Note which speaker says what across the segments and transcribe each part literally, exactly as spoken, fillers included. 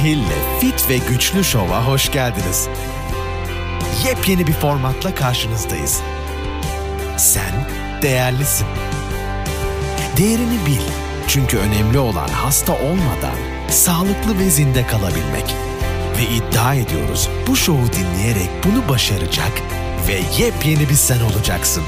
Speaker 1: Hill'le Fit ve Güçlü Show'a hoş geldiniz. Yepyeni bir formatla karşınızdayız. Sen değerlisin. Değerini bil. Çünkü önemli olan hasta olmadan sağlıklı ve zinde kalabilmek. Ve iddia ediyoruz bu şovu dinleyerek bunu başaracak ve yepyeni bir sen olacaksın.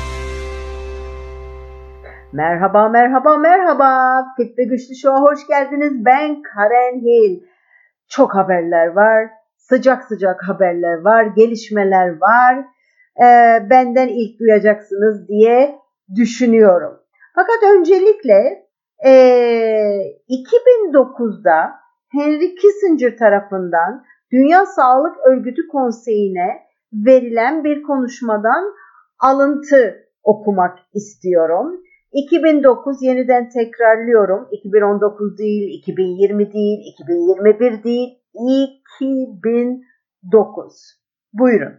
Speaker 2: Merhaba, merhaba, merhaba. Fit ve Güçlü Show'a hoş geldiniz. Ben Karen Hill. Çok haberler var. Sıcak sıcak haberler var. Gelişmeler var. Ee, benden ilk duyacaksınız diye düşünüyorum. Fakat öncelikle e, iki bin dokuzda Henry Kissinger tarafından Dünya Sağlık Örgütü Konseyi'ne verilen bir konuşmadan alıntı okumak istiyorum. iki bin dokuz yeniden tekrarlıyorum. iki bin on dokuz değil, iki bin yirmi değil, iki bin yirmi bir değil, iki bin dokuz. Buyurun.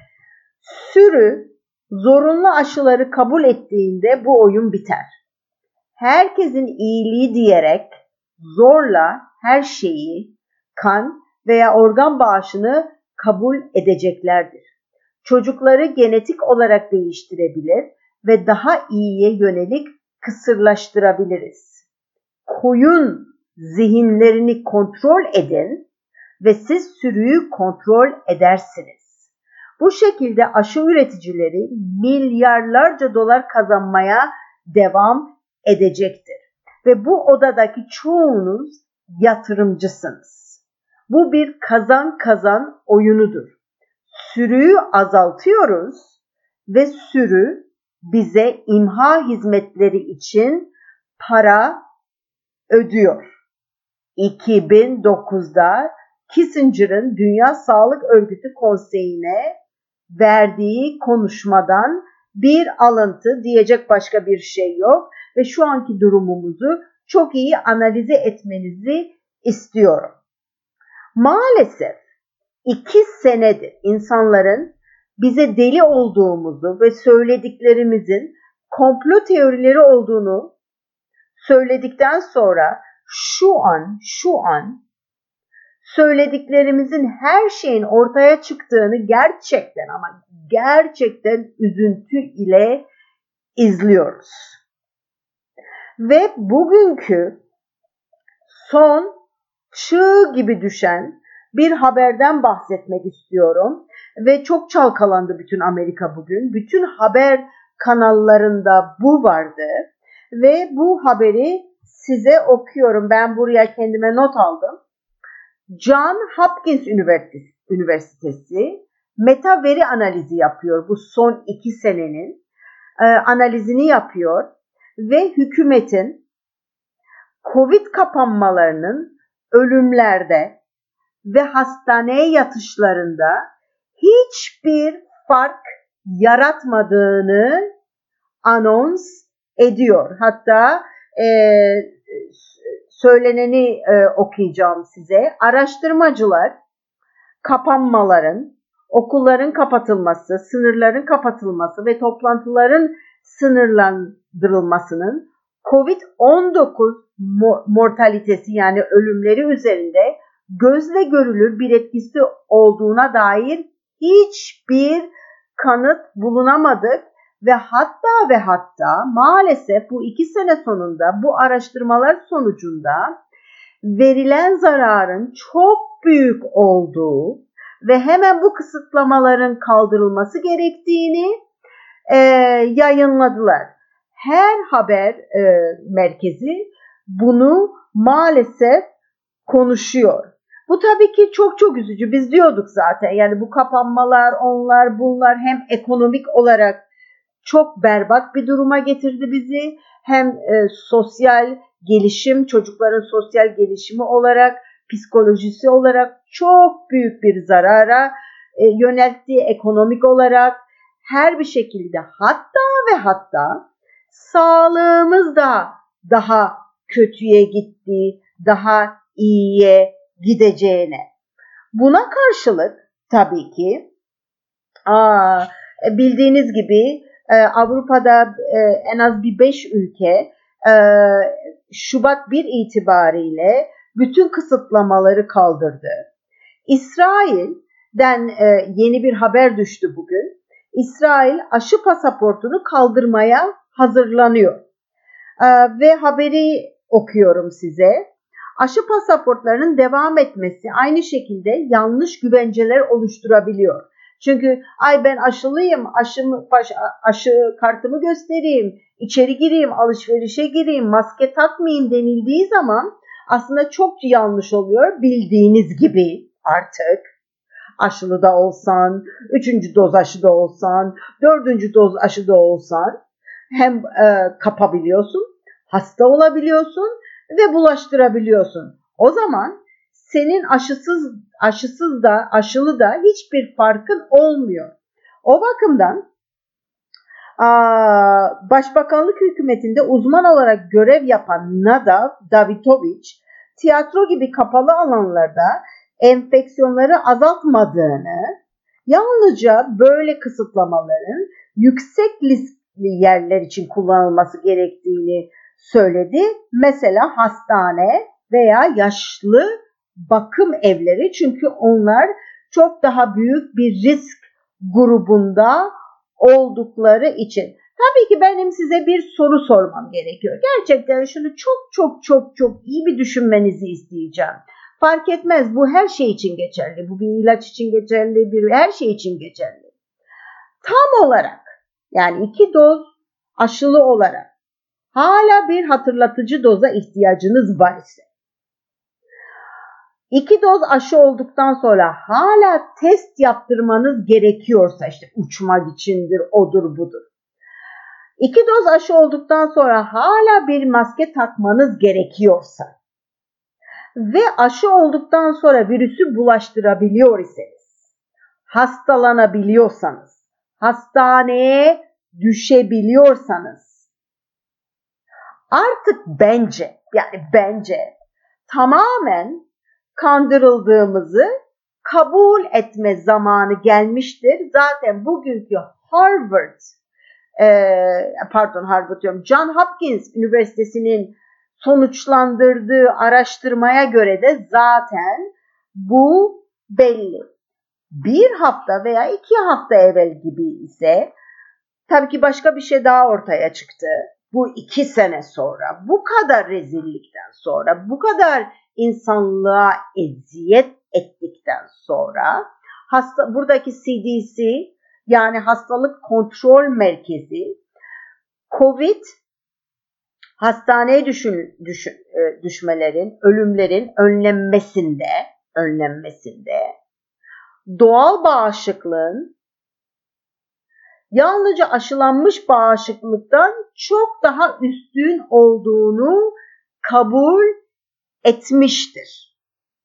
Speaker 2: Sürü zorunlu aşıları kabul ettiğinde bu oyun biter. Herkesin iyiliği diyerek zorla her şeyi, kan veya organ bağışını kabul edeceklerdir. Çocukları genetik olarak değiştirebilir ve daha iyiye yönelik kısırlaştırabiliriz. Koyun zihinlerini kontrol edin ve siz sürüyü kontrol edersiniz. Bu şekilde aşı üreticileri milyarlarca dolar kazanmaya devam edecektir. Ve bu odadaki çoğunuz yatırımcısınız. Bu bir kazan kazan oyunudur. Sürüyü azaltıyoruz ve sürü bize imha hizmetleri için para ödüyor. iki bin dokuzda Kissinger'ın Dünya Sağlık Örgütü Konseyi'ne verdiği konuşmadan bir alıntı, diyecek başka bir şey yok ve şu anki durumumuzu çok iyi analize etmenizi istiyorum. Maalesef iki senedir insanların bize deli olduğumuzu ve söylediklerimizin komplo teorileri olduğunu söyledikten sonra şu an, şu an söylediklerimizin her şeyin ortaya çıktığını gerçekten ama gerçekten üzüntü ile izliyoruz. Ve bugünkü son çığ gibi düşen bir haberden bahsetmek istiyorum. Ve çok çalkalandı bütün Amerika bugün. Bütün haber kanallarında bu vardı. Ve bu haberi size okuyorum. Ben buraya kendime not aldım. John Hopkins Üniversitesi meta veri analizi yapıyor. Bu son iki senenin e, analizini yapıyor. Ve hükümetin Covid kapanmalarının ölümlerde ve hastaneye yatışlarında hiçbir fark yaratmadığını anons ediyor. Hatta e, söyleneni e, okuyacağım size. Araştırmacılar kapanmaların, okulların kapatılması, sınırların kapatılması ve toplantıların sınırlandırılmasının Covid on dokuz mortalitesi yani ölümleri üzerinde gözle görülür bir etkisi olduğuna dair hiçbir kanıt bulunamadık ve hatta ve hatta maalesef bu iki sene sonunda bu araştırmalar sonucunda verilen zararın çok büyük olduğu ve hemen bu kısıtlamaların kaldırılması gerektiğini e, yayınladılar. Her haber e, merkezi bunu maalesef konuşuyor. Bu tabii ki çok çok üzücü. Biz diyorduk zaten yani bu kapanmalar, onlar, bunlar hem ekonomik olarak çok berbat bir duruma getirdi bizi. Hem e, sosyal gelişim, çocukların sosyal gelişimi olarak, psikolojisi olarak çok büyük bir zarara e, yöneltti. Ekonomik olarak her bir şekilde hatta ve hatta sağlığımız da daha kötüye gitti, daha iyiye gideceğine. Buna karşılık tabii ki aa, bildiğiniz gibi e, Avrupa'da e, en az bir beş ülke e, Şubat bir itibariyle bütün kısıtlamaları kaldırdı. İsrail'den e, yeni bir haber düştü bugün. İsrail aşı pasaportunu kaldırmaya hazırlanıyor. E, ve haberi okuyorum size. Aşı pasaportlarının devam etmesi aynı şekilde yanlış güvenceler oluşturabiliyor. Çünkü ay ben aşılıyım, aşımı, aşı kartımı göstereyim, içeri gireyim, alışverişe gireyim, maske takmayayım denildiği zaman aslında çok yanlış oluyor. Bildiğiniz gibi artık aşılı da olsan, üçüncü doz aşı da olsan, dördüncü doz aşı da olsan hem e, kapabiliyorsun, hasta olabiliyorsun ve bulaştırabiliyorsun. O zaman senin aşısız aşısız da aşılı da hiçbir farkın olmuyor. O bakımdan Başbakanlık hükümetinde uzman olarak görev yapan Nadav Davitovic, tiyatro gibi kapalı alanlarda enfeksiyonları azaltmadığını, yalnızca böyle kısıtlamaların yüksek riskli yerler için kullanılması gerektiğini söyledi. Mesela hastane veya yaşlı bakım evleri, çünkü onlar çok daha büyük bir risk grubunda oldukları için. Tabii ki benim size bir soru sormam gerekiyor. Gerçekten şunu çok çok çok çok iyi bir düşünmenizi isteyeceğim. Fark etmez, bu her şey için geçerli. Bu bir ilaç için geçerli, bir her şey için geçerli. Tam olarak yani iki doz aşılı olarak hala bir hatırlatıcı doza ihtiyacınız var ise, İki doz aşı olduktan sonra hala test yaptırmanız gerekiyorsa, işte uçmak içindir, odur budur. İki doz aşı olduktan sonra hala bir maske takmanız gerekiyorsa ve aşı olduktan sonra virüsü bulaştırabiliyor iseniz, hastalanabiliyorsanız, hastaneye düşebiliyorsanız, artık bence, yani bence tamamen kandırıldığımızı kabul etme zamanı gelmiştir. Zaten bugünkü Harvard, e, pardon Harvard diyorum, John Hopkins Üniversitesi'nin sonuçlandırdığı araştırmaya göre de zaten bu belli. Bir hafta veya iki hafta evvel gibi ise tabii ki başka bir şey daha ortaya çıktı. Bu iki sene sonra, bu kadar rezillikten sonra, bu kadar insanlığa eziyet ettikten sonra hasta, buradaki C D C, yani Hastalık Kontrol Merkezi, Covid hastaneye düşün, düşün, düşmelerin, ölümlerin önlenmesinde, önlenmesinde doğal bağışıklığın yalnızca aşılanmış bağışıklıktan çok daha üstün olduğunu kabul etmiştir.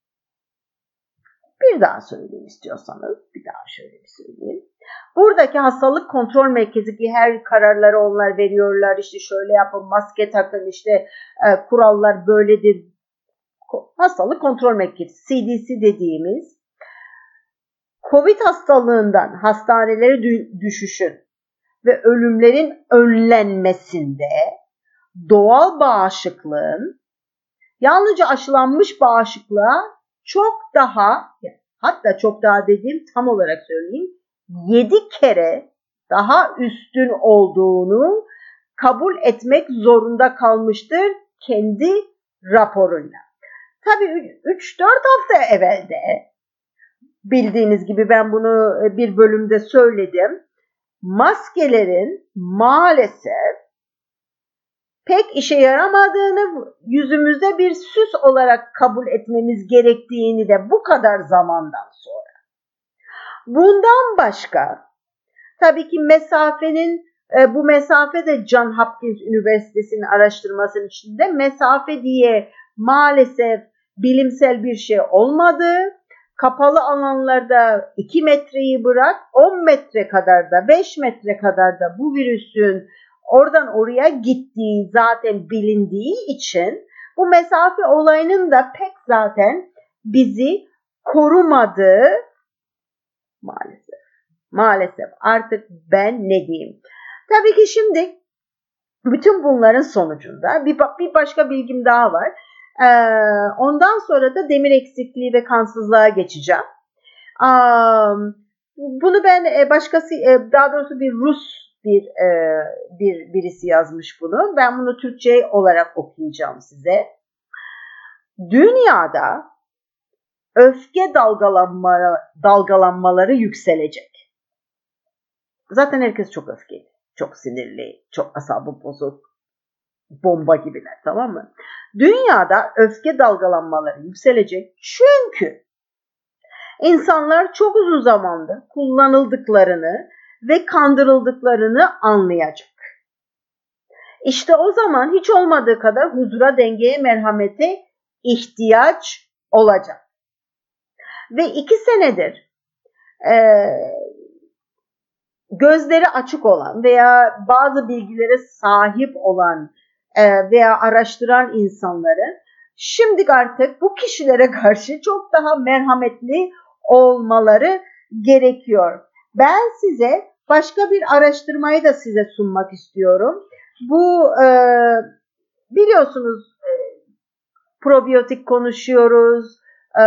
Speaker 2: Bir daha söyleyeyim istiyorsanız, bir daha şöyle bir söyleyeyim. Buradaki Hastalık Kontrol Merkezi, ki her kararları onlar veriyorlar, işte şöyle yapın, maske takın, işte e, kurallar böyledir. Hastalık Kontrol Merkezi, C D C dediğimiz, Covid hastalığından hastanelere düşüşün ve ölümlerin önlenmesinde doğal bağışıklığın yalnızca aşılanmış bağışıklığa çok daha, hatta çok daha dediğim tam olarak söyleyeyim, yedi kere daha üstün olduğunu kabul etmek zorunda kalmıştır kendi raporuyla. Tabii üç dört hafta evvel de, bildiğiniz gibi ben bunu bir bölümde söyledim, maskelerin maalesef pek işe yaramadığını, yüzümüzde bir süs olarak kabul etmemiz gerektiğini de bu kadar zamandan sonra. Bundan başka, tabii ki mesafenin, bu mesafe de John Hopkins Üniversitesi'nin araştırmasının içinde, mesafe diye maalesef bilimsel bir şey olmadı. Kapalı alanlarda iki metreyi bırak, on metre kadar da, beş metre kadar da bu virüsün oradan oraya gittiği zaten bilindiği için bu mesafe olayının da pek zaten bizi korumadığı maalesef. Maalesef artık ben ne diyeyim. Tabii ki şimdi bütün bunların sonucunda bir, bir başka bilgim daha var. Ondan sonra da demir eksikliği ve kansızlığa geçeceğim. Bunu ben başkası, daha doğrusu bir Rus bir bir birisi yazmış bunu. Ben bunu Türkçe olarak okuyacağım size. Dünyada öfke dalgalanmaları, dalgalanmaları yükselecek. Zaten herkes çok öfkeli, çok sinirli, çok asabı bozuk, bomba gibiler, tamam mı? Dünyada öfke dalgalanmaları yükselecek çünkü insanlar çok uzun zamandır kullanıldıklarını ve kandırıldıklarını anlayacak. İşte o zaman hiç olmadığı kadar huzura, dengeye, merhamete ihtiyaç olacak. Ve iki senedir e, gözleri açık olan veya bazı bilgilere sahip olan e, veya araştıran insanların şimdi artık bu kişilere karşı çok daha merhametli olmaları gerekiyor. Ben size başka bir araştırmayı da size sunmak istiyorum. Bu e, biliyorsunuz e, probiyotik konuşuyoruz. E,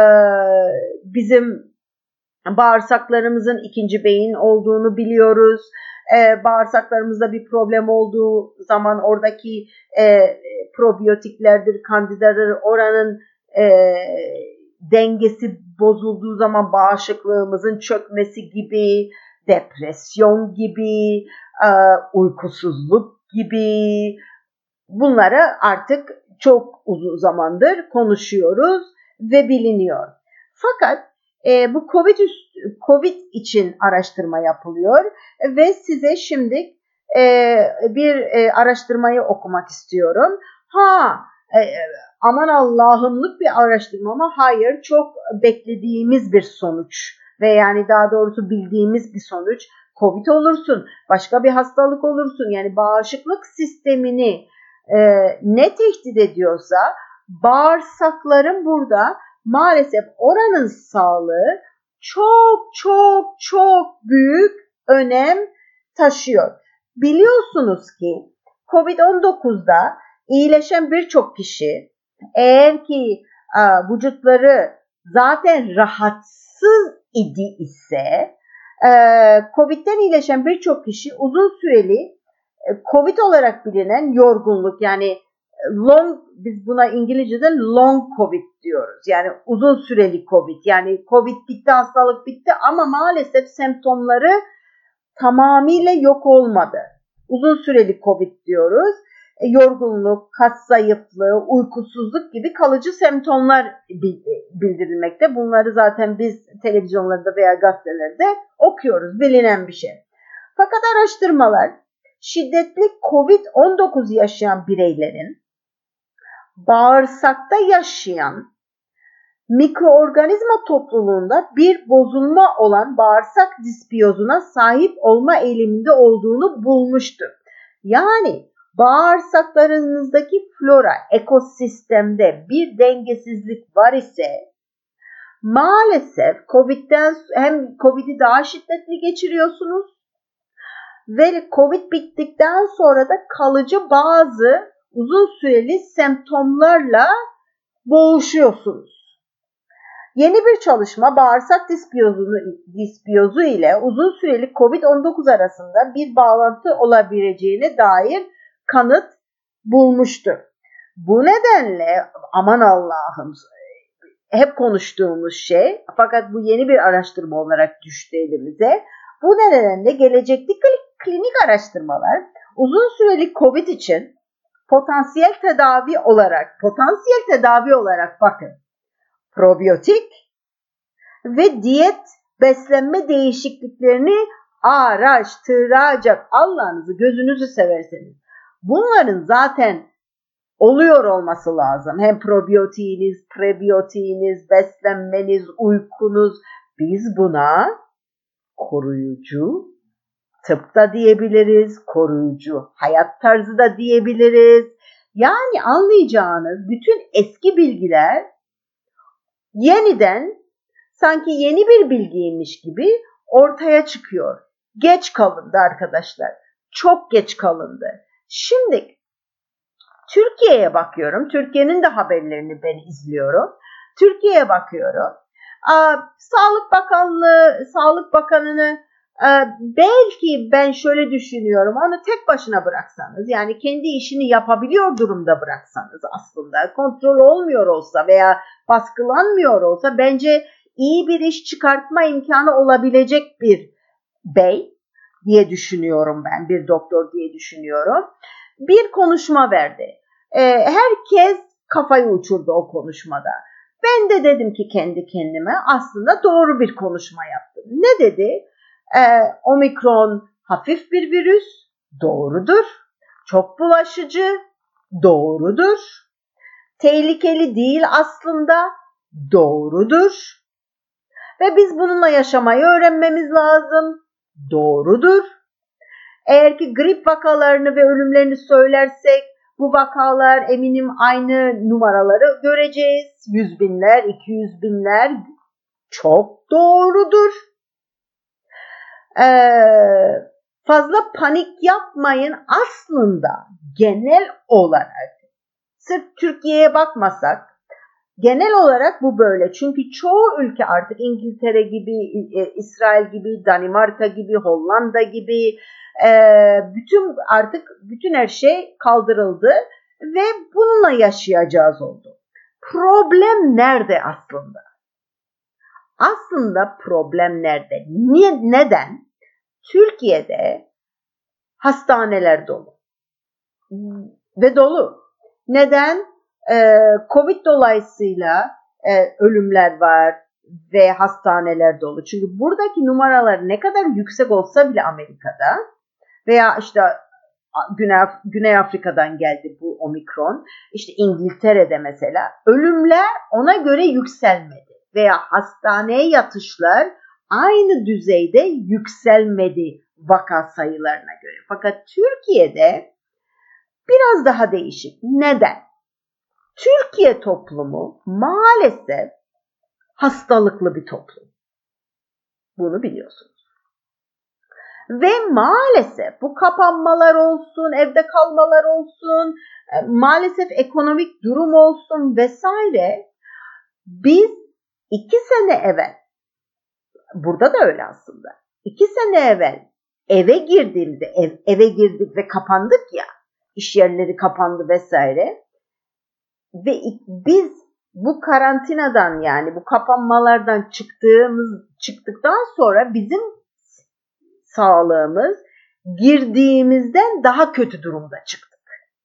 Speaker 2: bizim bağırsaklarımızın ikinci beyin olduğunu biliyoruz. E, bağırsaklarımızda bir problem olduğu zaman oradaki e, probiyotiklerdir, kandidadır, oranın e, dengesi bozulduğu zaman bağışıklığımızın çökmesi gibi, depresyon gibi, e, uykusuzluk gibi, bunları artık çok uzun zamandır konuşuyoruz ve biliniyor. Fakat e, bu COVID, COVID için araştırma yapılıyor ve size şimdi e, bir e, araştırmayı okumak istiyorum. Ha, e, aman Allah'ımlık bir araştırma ama hayır, çok beklediğimiz bir sonuç ve yani daha doğrusu bildiğimiz bir sonuç. COVID olursun, başka bir hastalık olursun, yani bağışıklık sistemini e, ne tehdit ediyorsa bağırsakların burada maalesef oranın sağlığı çok çok çok büyük önem taşıyor. Biliyorsunuz ki COVID on dokuzda iyileşen birçok kişi eğer ki a, vücutları zaten rahatsız idi ise e, COVID'den iyileşen birçok kişi uzun süreli e, COVID olarak bilinen yorgunluk, yani long, biz buna İngilizce'de long COVID diyoruz. Yani uzun süreli COVID. Yani COVID bitti, hastalık bitti ama maalesef semptomları tamamıyla yok olmadı. Uzun süreli COVID diyoruz. E, yorgunluk, kas zayıflığı, uykusuzluk gibi kalıcı semptomlar bildirilmekte. Bunları zaten biz televizyonlarda veya gazetelerde okuyoruz. Bilinen bir şey. Fakat araştırmalar şiddetli COVID on dokuz yaşayan bireylerin bağırsakta yaşayan mikroorganizma topluluğunda bir bozulma olan bağırsak disbiyozuna sahip olma eğiliminde olduğunu bulmuştur. Yani bağırsaklarınızdaki flora, ekosistemde bir dengesizlik var ise maalesef COVID'den hem COVID'i daha şiddetli geçiriyorsunuz ve COVID bittikten sonra da kalıcı bazı uzun süreli semptomlarla boğuşuyorsunuz. Yeni bir çalışma bağırsak disbiyozu ile uzun süreli COVID on dokuz arasında bir bağlantı olabileceğine dair kanıt bulmuştur. Bu nedenle aman Allah'ım, hep konuştuğumuz şey, fakat bu yeni bir araştırma olarak düştü elimize. Bu nedenle gelecekteki klinik araştırmalar uzun süreli COVID için potansiyel tedavi olarak, potansiyel tedavi olarak bakın, probiyotik ve diyet, beslenme değişikliklerini araştıracak. Allah'ınızı, gözünüzü severseniz bunların zaten oluyor olması lazım. Hem probiyotiğiniz, prebiyotiğiniz, beslenmeniz, uykunuz. Biz buna koruyucu tıp da diyebiliriz, koruyucu hayat tarzı da diyebiliriz. Yani anlayacağınız bütün eski bilgiler yeniden sanki yeni bir bilgiymiş gibi ortaya çıkıyor. Geç kalındı arkadaşlar. Çok geç kalındı. Şimdi Türkiye'ye bakıyorum. Türkiye'nin de haberlerini ben izliyorum. Türkiye'ye bakıyorum. Aa, Sağlık Bakanlığı, Sağlık Bakanı'nı e, belki ben şöyle düşünüyorum. Onu tek başına bıraksanız, yani kendi işini yapabiliyor durumda bıraksanız aslında, kontrol olmuyor olsa veya baskılanmıyor olsa bence iyi bir iş çıkartma imkanı olabilecek bir bey diye düşünüyorum ben, bir doktor diye düşünüyorum. Bir konuşma verdi. Ee, herkes kafayı uçurdu o konuşmada. Ben de dedim ki kendi kendime aslında doğru bir konuşma yaptım. Ne dedi? Ee, Omikron hafif bir virüs, doğrudur. Çok bulaşıcı, doğrudur. Tehlikeli değil aslında, doğrudur. Ve biz bununla yaşamayı öğrenmemiz lazım, doğrudur. Eğer ki grip vakalarını ve ölümlerini söylersek, bu vakalar eminim aynı numaraları göreceğiz. Yüz binler, iki yüz binler, çok doğrudur. Ee, fazla panik yapmayın. Aslında genel olarak, sırf Türkiye'ye bakmasak, genel olarak bu böyle. Çünkü çoğu ülke artık İngiltere gibi, İsrail gibi, Danimarka gibi, Hollanda gibi, bütün artık bütün her şey kaldırıldı ve bununla yaşayacağız oldu. Problem nerede aslında? Aslında problem nerede? Niye, neden? Türkiye'de hastaneler dolu ve dolu. Neden? Ee, Covid dolayısıyla e, ölümler var ve hastaneler dolu. Çünkü buradaki numaralar ne kadar yüksek olsa bile Amerika'da veya işte Güney, Güney Afrika'dan geldi bu Omikron, işte İngiltere'de mesela ölümler ona göre yükselmedi veya hastaneye yatışlar aynı düzeyde yükselmedi vaka sayılarına göre. Fakat Türkiye'de biraz daha değişik. Neden? Türkiye toplumu maalesef hastalıklı bir toplum. Bunu biliyorsunuz. Ve maalesef bu kapanmalar olsun, evde kalmalar olsun, maalesef ekonomik durum olsun vesaire, biz iki sene evvel, burada da öyle aslında, iki sene evvel eve girdiğimizde, ev, eve girdik ve kapandık ya, iş yerleri kapandı vesaire ve biz bu karantinadan, yani bu kapanmalardan çıktığımız çıktıktan sonra bizim sağlığımız girdiğimizden daha kötü durumda çıktık.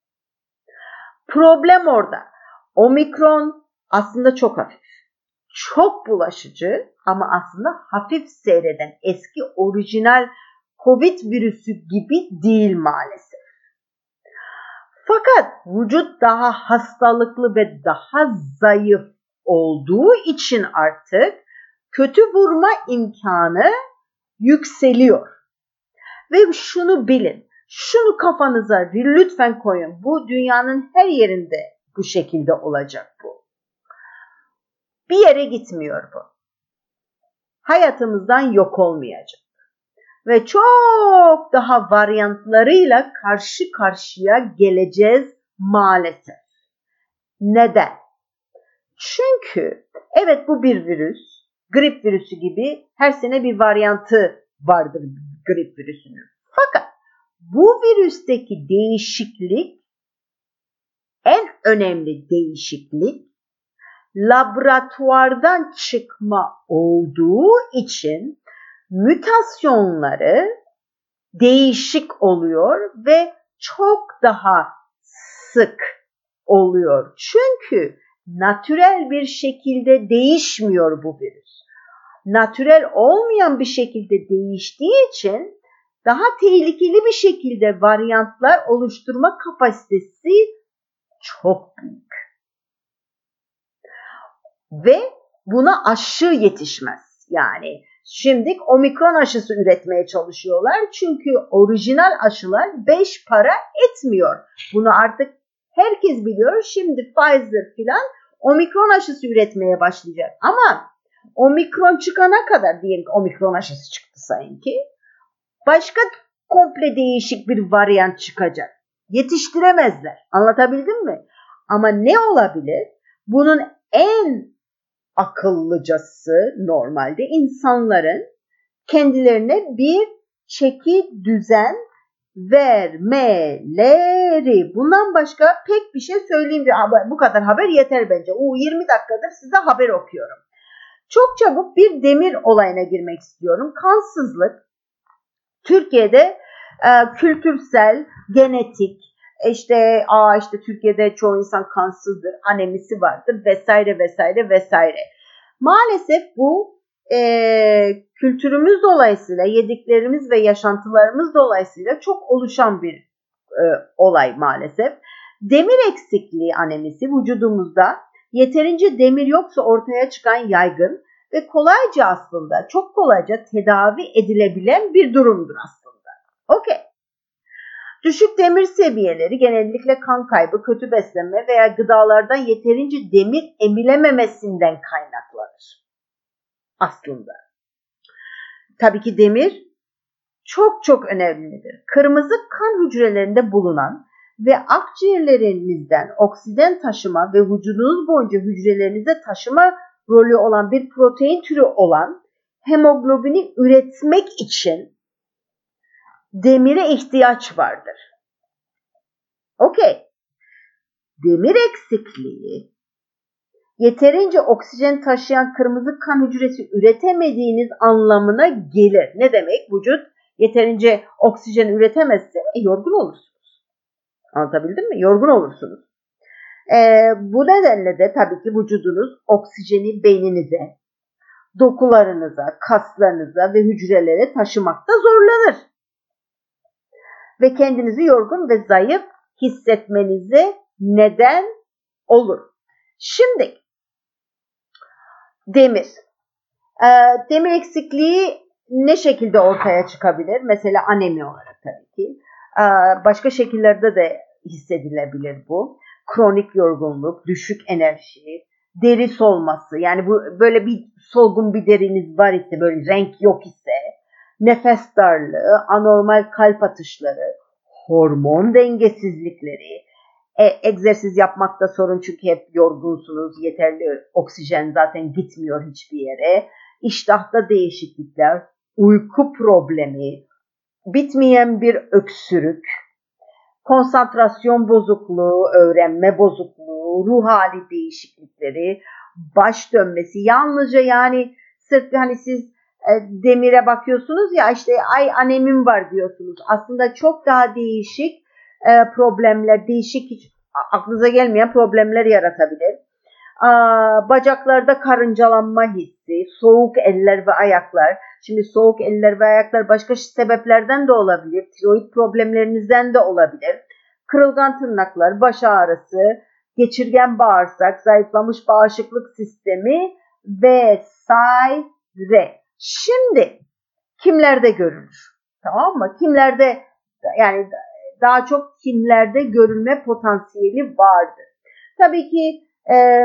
Speaker 2: Problem orada. Omikron aslında çok hafif. Çok bulaşıcı ama aslında hafif seyreden, eski orijinal Covid virüsü gibi değil maalesef. Fakat vücut daha hastalıklı ve daha zayıf olduğu için artık kötü vurma imkanı yükseliyor. Ve şunu bilin, şunu kafanıza lütfen koyun. Bu dünyanın her yerinde bu şekilde olacak bu. Bir yere gitmiyor bu. Hayatımızdan yok olmayacak. Ve çok daha varyantlarıyla karşı karşıya geleceğiz maalesef. Neden? Çünkü evet, bu bir virüs, grip virüsü gibi her sene bir varyantı vardır grip virüsünün. Fakat bu virüsteki değişiklik, en önemli değişiklik, laboratuvardan çıkma olduğu için mutasyonları değişik oluyor ve çok daha sık oluyor. Çünkü natürel bir şekilde değişmiyor bu virüs. Natürel olmayan bir şekilde değiştiği için daha tehlikeli bir şekilde varyantlar oluşturma kapasitesi çok büyük. Ve buna aşı yetişmez. Yani şimdi omikron aşısı üretmeye çalışıyorlar. Çünkü orijinal aşılar beş para etmiyor. Bunu artık herkes biliyor. Şimdi Pfizer filan omikron aşısı üretmeye başlayacak. Ama omikron çıkana kadar, diyelim ki omikron aşısı çıktı sanki, başka komple değişik bir varyant çıkacak. Yetiştiremezler. Anlatabildim mi? Ama ne olabilir? Bunun en akıllıcası normalde insanların kendilerine bir çeki düzen vermeleri. Bundan başka pek bir şey söyleyeyim. Bu kadar haber yeter bence. O yirmi dakikadır size haber okuyorum. Çok çabuk bir demir olayına girmek istiyorum. Kansızlık Türkiye'de e, kültürsel, genetik, işte aa işte Türkiye'de çoğu insan kansızdır, anemisi vardır vesaire vesaire vesaire. Maalesef bu e, kültürümüz dolayısıyla, yediklerimiz ve yaşantılarımız dolayısıyla çok oluşan bir e, olay maalesef. Demir eksikliği anemisi vücudumuzda yeterince demir yoksa ortaya çıkan yaygın ve kolayca aslında çok kolayca tedavi edilebilen bir durumdur aslında. Okey. Düşük demir seviyeleri genellikle kan kaybı, kötü beslenme veya gıdalardan yeterince demir emilememesinden kaynaklanır. Aslında. Tabii ki demir çok çok önemlidir. Kırmızı kan hücrelerinde bulunan ve akciğerlerinizden oksijen taşıma ve vücudunuz boyunca hücrelerinize taşıma rolü olan bir protein türü olan hemoglobini üretmek için demire ihtiyaç vardır. Okey. Demir eksikliği yeterince oksijen taşıyan kırmızı kan hücresi üretemediğiniz anlamına gelir. Ne demek? Vücut yeterince oksijen üretemezse e, yorgun olursunuz. Anlatabildim mi? Yorgun olursunuz. E, bu nedenle de tabii ki vücudunuz oksijeni beyninize, dokularınıza, kaslarınıza ve hücrelere taşımakta zorlanır. Ve kendinizi yorgun ve zayıf hissetmenize neden olur. Şimdi demir. E, demir eksikliği ne şekilde ortaya çıkabilir? Mesela anemi olarak tabii ki. E, başka şekillerde de hissedilebilir bu. Kronik yorgunluk, düşük enerji, deri solması. Yani bu böyle bir solgun bir deriniz var ise, böyle renk yok ise, nefes darlığı, anormal kalp atışları, hormon dengesizlikleri, e, egzersiz yapmakta sorun çünkü hep yorgunsunuz, yeterli oksijen zaten gitmiyor hiçbir yere, iştahta değişiklikler, uyku problemi, bitmeyen bir öksürük, konsantrasyon bozukluğu, öğrenme bozukluğu, ruh hali değişiklikleri, baş dönmesi, yalnızca yani sırf hani siz e, demire bakıyorsunuz ya işte ay anemim var diyorsunuz. Aslında çok daha değişik e, problemler, değişik hiç aklınıza gelmeyen problemler yaratabilir. Aa, bacaklarda karıncalanma hissi, soğuk eller ve ayaklar. Şimdi soğuk eller ve ayaklar başka sebeplerden de olabilir. Tiroid problemlerinizden de olabilir. Kırılgan tırnaklar, baş ağrısı, geçirgen bağırsak, zayıflamış bağışıklık sistemi vesaire. Şimdi kimlerde görülür? Tamam mı? Kimlerde yani daha çok kimlerde görülme potansiyeli vardır. Tabii ki e,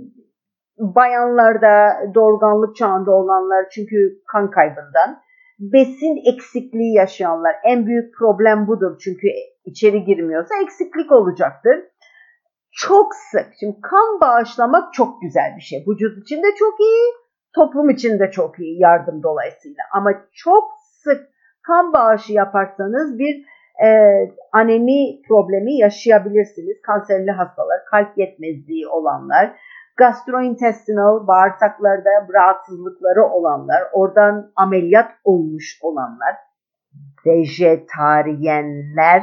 Speaker 2: bayanlarda, doğurganlık çağında olanlar çünkü kan kaybından, besin eksikliği yaşayanlar en büyük problem budur çünkü içeri girmiyorsa eksiklik olacaktır. Çok sık, şimdi kan bağışlamak çok güzel bir şey. Vücut için de çok iyi, toplum için de çok iyi yardım dolayısıyla. Ama çok sık kan bağışı yaparsanız bir e, anemi problemi yaşayabilirsiniz. Kanserli hastalar, kalp yetmezliği olanlar, gastrointestinal bağırsaklarda rahatsızlıkları olanlar, oradan ameliyat olmuş olanlar, vejetaryenler,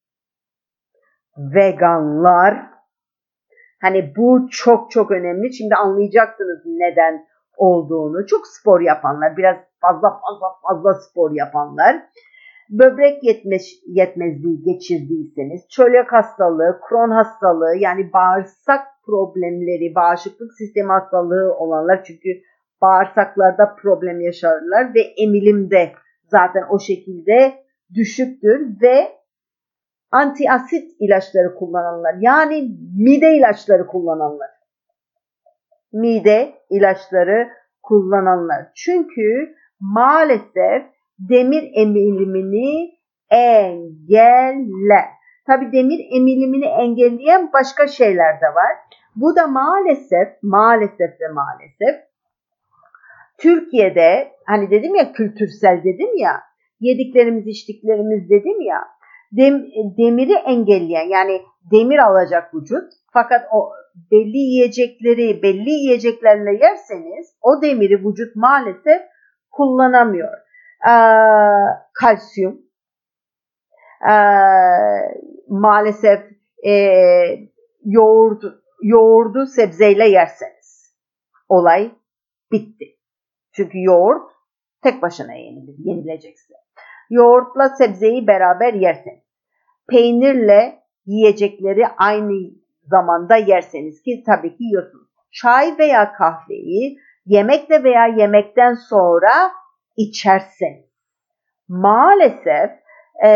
Speaker 2: veganlar. Hani bu çok çok önemli. Şimdi anlayacaksınız neden olduğunu. Çok spor yapanlar, biraz fazla fazla fazla spor yapanlar, böbrek yetmez, yetmezliği geçirdiyseniz, çölyak hastalığı, Crohn hastalığı yani bağırsak problemleri, bağışıklık sistemi hastalığı olanlar çünkü bağırsaklarda problem yaşarlar ve emilim de zaten o şekilde düşüktür ve antiasit ilaçları kullananlar yani mide ilaçları kullananlar mide ilaçları kullananlar çünkü maalesef demir emilimini engeller. tabii demir emilimini engelleyen başka şeyler de var. Bu da maalesef, maalesef ve maalesef Türkiye'de, hani dedim ya kültürsel dedim ya, yediklerimiz içtiklerimiz dedim ya, dem, demiri engelleyen, yani demir alacak vücut, fakat o belli yiyecekleri belli yiyeceklerle yerseniz o demiri vücut maalesef kullanamıyor. Ee, kalsiyum ee, maalesef e, yoğurt, yoğurdu sebzeyle yerseniz olay bitti. Çünkü yoğurt tek başına yenilir, yenilecekse. Yoğurtla sebzeyi beraber yerseniz, peynirle yiyecekleri aynı zamanda yerseniz, ki tabii ki yiyorsunuz. Çay veya kahveyi yemekle veya yemekten sonra içerseniz maalesef e,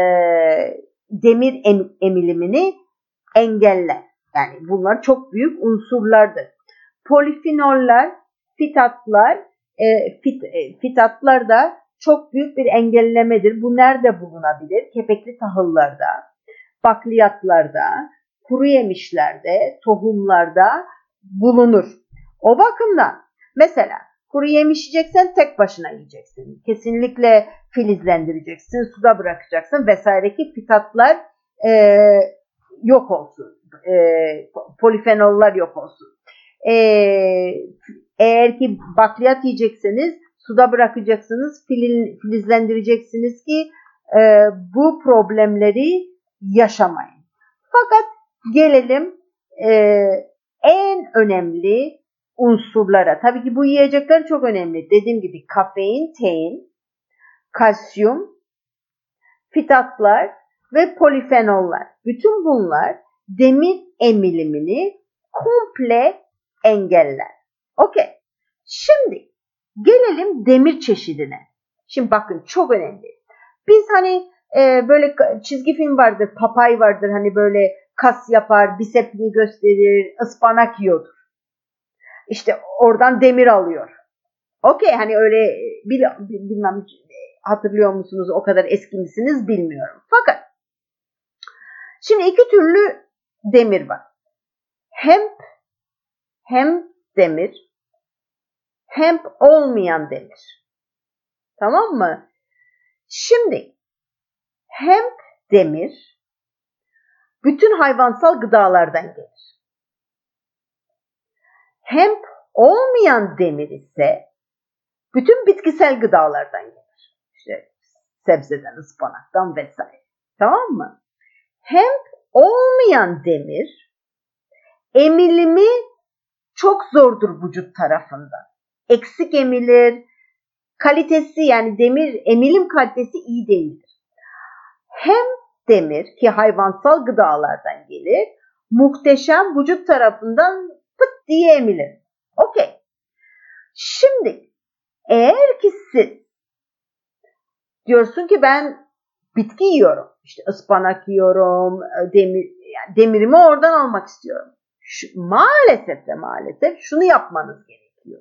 Speaker 2: demir em, emilimini engeller. Yani bunlar çok büyük unsurlardır. Polifenoller, fitatlar, e, fit, e, fitatlar da çok büyük bir engellemedir. Bu nerede bulunabilir? Kepekli tahıllarda, bakliyatlarda, kuru yemişlerde, tohumlarda bulunur. O bakımdan mesela kuru yemiş yiyeceksen tek başına yiyeceksin. Kesinlikle filizlendireceksin, suda bırakacaksın vesaire ki fitatlar e, yok olsun. E, polifenollar yok olsun. E, eğer ki bakliyat yiyecekseniz suda bırakacaksınız, filizlendireceksiniz ki e, bu problemleri yaşamayın. Fakat gelelim e, en önemli unsurlara. Tabii ki bu yiyecekler çok önemli. Dediğim gibi kafein, tein, kalsiyum, fitatlar ve polifenollar. Bütün bunlar demir emilimini komple engeller. Okey. Şimdi gelelim demir çeşidine. Şimdi bakın çok önemli. Biz hani e, böyle çizgi film vardır, Popeye vardır, hani böyle kas yapar, bisepsini gösterir, ıspanak yiyordur. İşte oradan demir alıyor. Okey, hani öyle bil, bilmem hatırlıyor musunuz, o kadar eski misiniz bilmiyorum. Fakat şimdi iki türlü demir var. Hemp, hem demir, hemp olmayan demir. Tamam mı? Şimdi hemp demir bütün hayvansal gıdalardan gelir. Hemp olmayan demir ise bütün bitkisel gıdalardan gelir. İşte sebzeden, ıspanaktan vesaire. Tamam mı? Hemp olmayan demir emilimi çok zordur vücut tarafından. Eksik emilir, kalitesi, yani demir emilim kalitesi iyi değildir. Hem demir ki hayvansal gıdalardan gelir, muhteşem vücut tarafından pıt diye emilir. Okey. Şimdi eğer ki siz diyorsun ki ben bitki yiyorum, işte ıspanak yiyorum, demir, yani demirimi oradan almak istiyorum. Şu, maalesef ve maalesef şunu yapmanız gerekiyor.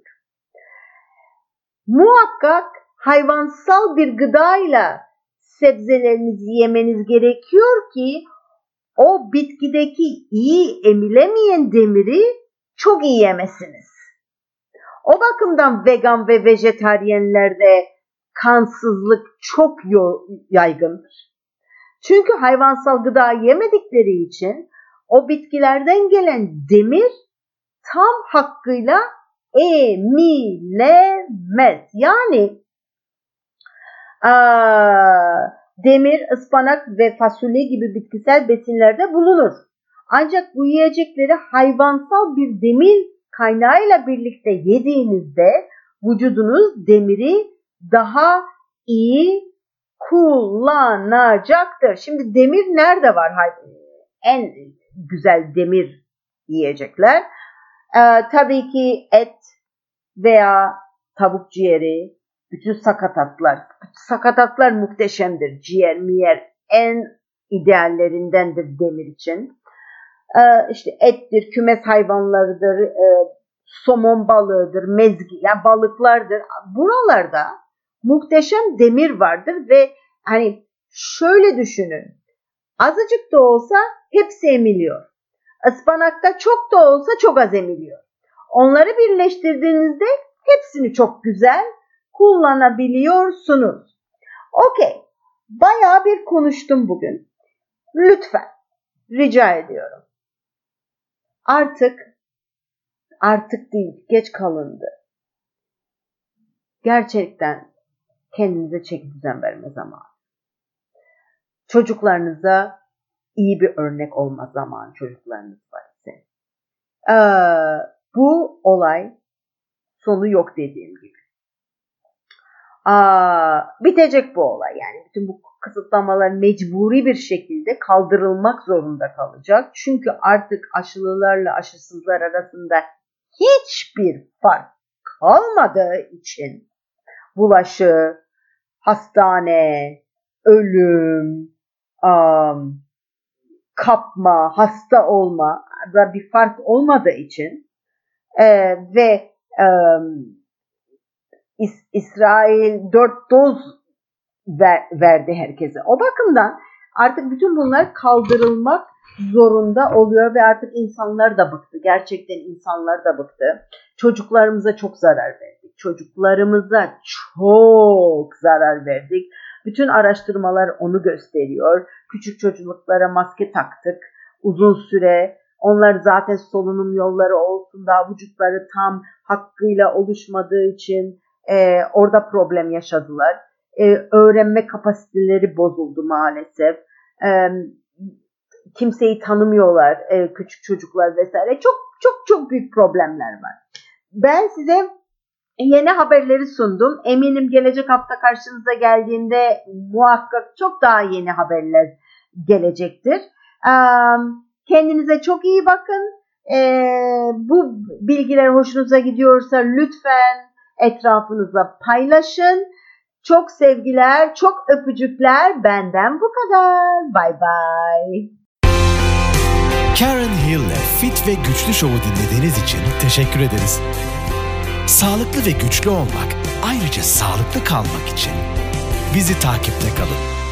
Speaker 2: Muhakkak hayvansal bir gıdayla sebzelerinizi yemeniz gerekiyor ki o bitkideki iyi emilemeyen demiri çok iyi yemesiniz. O bakımdan vegan ve vejetaryenlerde kansızlık çok yaygındır. Çünkü hayvansal gıda yemedikleri için o bitkilerden gelen demir tam hakkıyla emilemez. Yani aa, demir, ıspanak ve fasulye gibi bitkisel besinlerde bulunur. Ancak bu yiyecekleri hayvansal bir demir kaynağıyla birlikte yediğinizde vücudunuz demiri daha iyi kullanacaktır. Şimdi demir nerede var? En güzel demir yiyecekler. Ee, tabii ki et veya tavuk ciğeri, bütün sakatatlar. Sakatatlar muhteşemdir. Ciğer, miyer en ideallerindendir demir için. Ee, işte ettir, kümes hayvanlarıdır, e, somon balığıdır, mezgi, yani balıklardır. Buralarda muhteşem demir vardır ve hani şöyle düşünün. Azıcık da olsa hepsi emiliyor. Ispanakta çok da olsa çok az emiliyor. Onları birleştirdiğinizde hepsini çok güzel kullanabiliyorsunuz. Okey. Bayağı bir konuştum bugün. Lütfen rica ediyorum. Artık artık değil, geç kalındı. Gerçekten kendinize çeki düzen verme zamanı. Çocuklarınıza iyi bir örnek olma zamanı çocuklarınız var ise. Ee, bu olay sonu yok dediğim gibi. Aa, bitecek bu olay yani. Bütün bu kısıtlamalar mecburi bir şekilde kaldırılmak zorunda kalacak. Çünkü artık aşılılarla aşısızlar arasında hiçbir fark kalmadığı için bulaşı, hastane, ölüm, um, kapma, hasta olma da bir fark olmadığı için e, ve um, İs- İsrail dört doz ver, verdi herkese. O bakımdan artık bütün bunlar kaldırılmak zorunda oluyor ve artık insanlar da bıktı. Gerçekten insanlar da bıktı. Çocuklarımıza çok zarar verdik. Çocuklarımıza çok zarar verdik. Bütün araştırmalar onu gösteriyor. Küçük çocuklara maske taktık. Uzun süre onlar zaten solunum yolları olsun da vücutları tam hakkıyla oluşmadığı için Ee, orada problem yaşadılar. Ee, öğrenme kapasiteleri bozuldu maalesef. Ee, kimseyi tanımıyorlar, ee, küçük çocuklar vesaire. Çok çok çok büyük problemler var. Ben size yeni haberleri sundum. Eminim gelecek hafta karşınıza geldiğinde muhakkak çok daha yeni haberler gelecektir. Ee, kendinize çok iyi bakın. Ee, bu bilgiler hoşunuza gidiyorsa lütfen etrafınızla paylaşın. Çok sevgiler, çok öpücükler. Benden bu kadar. Bye bye.
Speaker 1: Karen Hill'le Fit ve Güçlü Show'u dinlediğiniz için teşekkür ederiz. Sağlıklı ve güçlü olmak, ayrıca sağlıklı kalmak için bizi takipte kalın.